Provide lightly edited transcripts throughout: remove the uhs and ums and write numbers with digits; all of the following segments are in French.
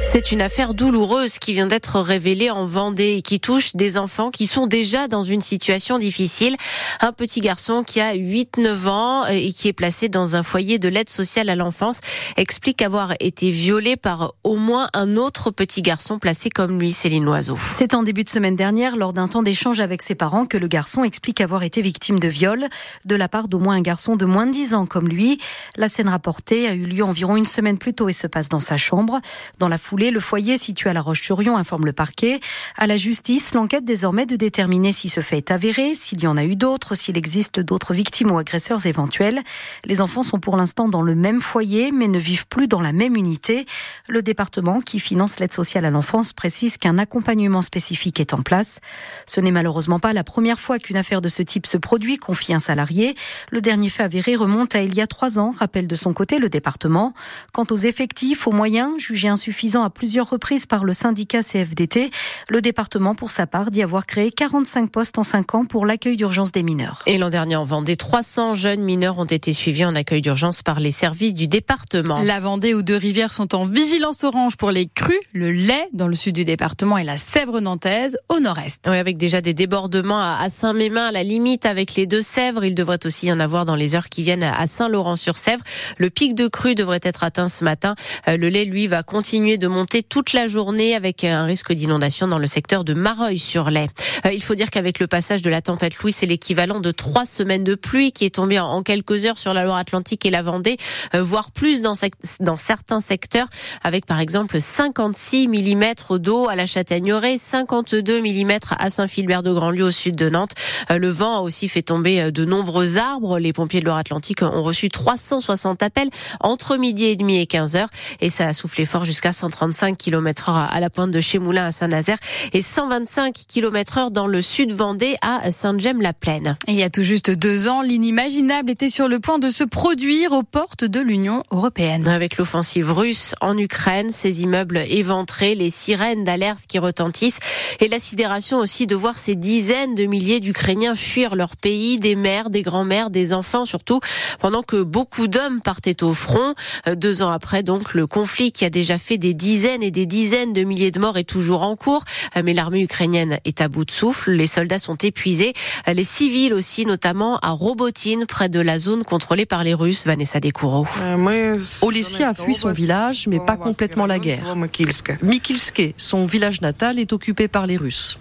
C'est une affaire douloureuse qui vient d'être révélée en Vendée et qui touche des enfants qui sont déjà dans une situation difficile. Un petit garçon qui a 8-9 ans et qui est placé dans un foyer de l'aide sociale à l'enfance explique avoir été violé par au moins un autre petit garçon placé comme lui, Céline Loiseau. C'est en début de semaine dernière, lors d'un temps d'échange avec ses parents, que le garçon explique avoir été victime de viol de la part d'au moins un garçon de moins de 10 ans comme lui. La scène rapportée a eu lieu environ une semaine plus tôt et se passe dans sa chambre. Dans la foulée, le foyer situé à La Roche-sur-Yon informe le parquet. À la justice, l'enquête désormais de déterminer si ce fait est avéré, s'il y en a eu d'autres, s'il existe d'autres victimes ou agresseurs éventuels. Les enfants sont pour l'instant dans le même foyer, mais ne vivent plus dans la même unité. Le département, qui finance l'aide sociale à l'enfance, précise qu'un accompagnement spécifique est en place. Ce n'est malheureusement pas la première fois qu'une affaire de ce type se produit, confie un salarié. Le dernier fait avéré remonte à il y a 3 ans, rappelle de son côté le département. Quant aux effectifs, aux moyens, jugés insuffisants à plusieurs reprises par le syndicat CFDT, le département, pour sa part, dit avoir créé 45 postes en 5 ans pour l'accueil d'urgence des mineurs. Et l'an dernier en Vendée, 300 jeunes mineurs ont été suivis en accueil d'urgence par les services du département. La Vendée ou Deux-Rivières sont en vigilance orange pour les crues, le lait dans le sud du département et la Sèvre nantaise au nord-est. Oui, avec déjà des débordements à Saint-Mémin, à la limite avec les Deux-Sèvres. Il devrait aussi y en avoir dans les heures qui viennent à Saint-Laurent-sur-Sèvre. Le pic de crue devrait être atteint ce matin. Le lait, lui, va continuer de monter toute la journée avec un risque d'inondation dans le secteur de Mareuil-sur-Lay. Il faut dire qu'avec le passage de la tempête Louis, c'est l'équivalent de 3 semaines de pluie qui est tombée en quelques heures sur la Loire-Atlantique et la Vendée, voire plus dans certains secteurs, avec par exemple 56 mm d'eau à la Châtaigneraie, 52 mm à Saint-Philbert-de-Grandlieu au sud de Nantes. Le vent a aussi fait tomber de nombreux arbres. Les pompiers de Loire-Atlantique ont reçu 360 appels entre midi et demi et 15h et ça a soufflé fort jusqu'à 135 km/h à la pointe de Chémoulin à Saint-Nazaire et 125 km/h dans le sud Vendée à Sainte-Gemme-la-Plaine. Et il y a tout juste 2 ans, l'inimaginable était sur le point de se produire aux portes de l'Union européenne. Avec l'offensive russe en Ukraine, ces immeubles éventrés, les sirènes d'alerte qui retentissent et la sidération aussi de voir ces dizaines de milliers d'Ukrainiens fuir leur pays, des mères, des grands-mères, des enfants surtout, pendant que beaucoup d'hommes partaient au front. 2 ans après, donc, le conflit qui a déjà fait des dizaines et des dizaines de milliers de morts est toujours en cours, mais l'armée ukrainienne est à bout de souffle, les soldats sont épuisés, les civils aussi, notamment à Robotine, près de la zone contrôlée par les Russes. Vanessa Descoureaux. Olesya a fui son village, mais pas complètement la guerre. Mikilske, son village natal, est occupé par les Russes.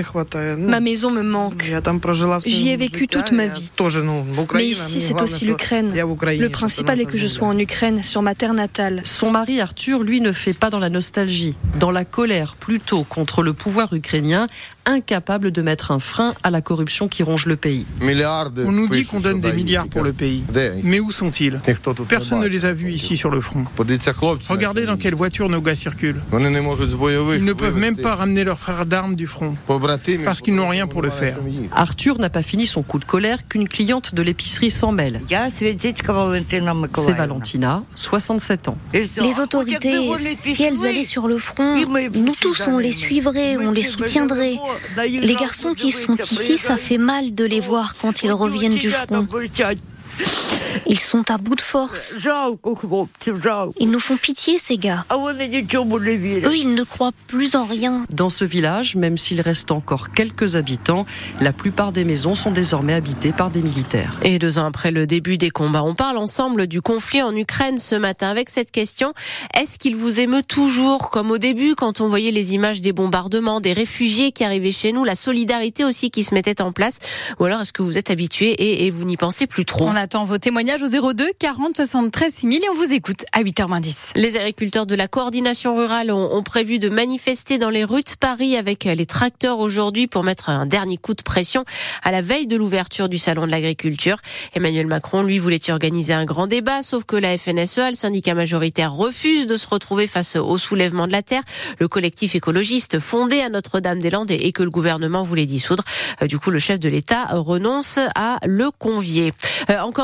Ma maison me manque. J'y ai vécu toute ma vie. Mais ici, c'est aussi l'Ukraine. Le principal est que je sois en Ukraine, sur ma terre natale. Son mari Arthur, lui, ne fait pas dans la nostalgie, dans la colère plutôt contre le pouvoir ukrainien, incapable de mettre un frein à la corruption qui ronge le pays. On nous dit qu'on donne des milliards pour le pays. Mais où sont-ils ? Personne ne les a vus ici sur le front. Regardez dans quelle voiture nos gars circulent. Ils ne peuvent même pas ramener leurs frères d'armes du front, parce qu'ils n'ont rien pour le faire. Arthur n'a pas fini son coup de colère qu'une cliente de l'épicerie s'en mêle. C'est Valentina, 67 ans. Les autorités, si elles allaient sur le front, nous tous on les suivrait, on les soutiendrait. Les garçons qui sont ici, ça fait mal de les voir quand ils reviennent du front. Ils sont à bout de force. Ils nous font pitié, ces gars. Eux, ils ne croient plus en rien. Dans ce village, même s'il reste encore quelques habitants, la plupart des maisons sont désormais habitées par des militaires. Et 2 ans après le début des combats, on parle ensemble du conflit en Ukraine ce matin avec cette question. Est-ce qu'il vous émeut toujours, comme au début, quand on voyait les images des bombardements, des réfugiés qui arrivaient chez nous, la solidarité aussi qui se mettait en place? Ou alors est-ce que vous êtes habitué et vous n'y pensez plus trop? On attend vos témoignages au 02 40 73 6000 et on vous écoute à 8h10. Les agriculteurs de la coordination rurale ont prévu de manifester dans les rues de Paris avec les tracteurs aujourd'hui pour mettre un dernier coup de pression à la veille de l'ouverture du salon de l'agriculture. Emmanuel Macron, lui, voulait y organiser un grand débat, sauf que la FNSEA, le syndicat majoritaire, refuse de se retrouver face au soulèvement de la terre. Le collectif écologiste fondé à Notre-Dame-des-Landes et que le gouvernement voulait dissoudre. Du coup, le chef de l'État renonce à le convier. Encore des manquements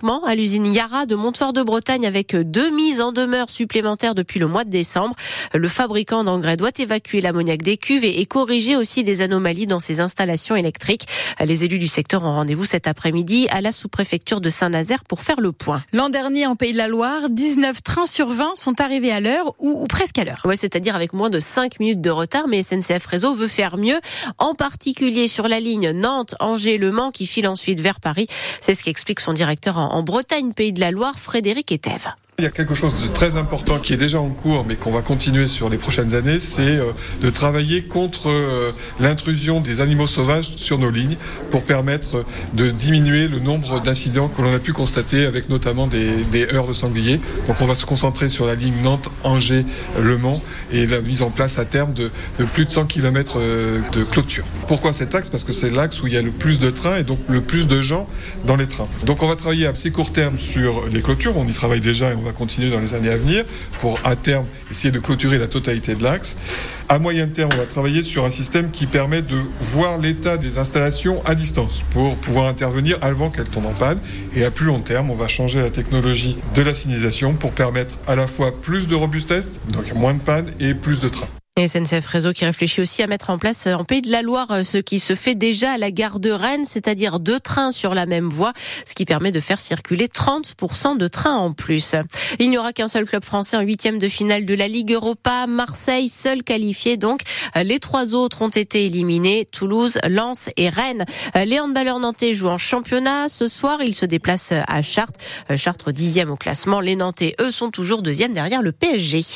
manquement à l'usine Yara de Montfort-de-Bretagne avec 2 mises en demeure supplémentaires depuis le mois de décembre. Le fabricant d'engrais doit évacuer l'ammoniac des cuves et corriger aussi des anomalies dans ses installations électriques. Les élus du secteur ont rendez-vous cet après-midi à la sous-préfecture de Saint-Nazaire pour faire le point. L'an dernier, en Pays de la Loire, 19 trains sur 20 sont arrivés à l'heure ou presque à l'heure. Ouais, c'est-à-dire avec moins de 5 minutes de retard, mais SNCF Réseau veut faire mieux, en particulier sur la ligne Nantes-Angers-Le Mans qui file ensuite vers Paris. C'est ce qu'explique son directeur en Bretagne, Pays de la Loire, Frédéric Etève. Il y a quelque chose de très important qui est déjà en cours, mais qu'on va continuer sur les prochaines années, c'est de travailler contre l'intrusion des animaux sauvages sur nos lignes pour permettre de diminuer le nombre d'incidents que l'on a pu constater avec notamment des heurts de sangliers. Donc on va se concentrer sur la ligne Nantes-Angers-Le Mans et la mise en place à terme de plus de 100 km de clôture. Pourquoi cet axe ? Parce que c'est l'axe où il y a le plus de trains et donc le plus de gens dans les trains. Donc on va travailler à assez court terme sur les clôtures, on y travaille déjà et on va continuer dans les années à venir pour, à terme, essayer de clôturer la totalité de l'axe. À moyen terme, on va travailler sur un système qui permet de voir l'état des installations à distance pour pouvoir intervenir avant qu'elles tombent en panne. Et à plus long terme, on va changer la technologie de la signalisation pour permettre à la fois plus de robustesse, donc moins de panne et plus de trains. Et SNCF Réseau qui réfléchit aussi à mettre en place en Pays de la Loire ce qui se fait déjà à la gare de Rennes, c'est-à-dire 2 trains sur la même voie, ce qui permet de faire circuler 30% de trains en plus. Il n'y aura qu'un seul club français en 8e de finale de la Ligue Europa, Marseille seul qualifié donc. Les 3 autres ont été éliminés, Toulouse, Lens et Rennes. Les handballeurs nantais jouent en championnat. Ce soir, ils se déplacent à Chartres. Chartres 10e au classement. Les Nantais, eux, sont toujours 2e derrière le PSG.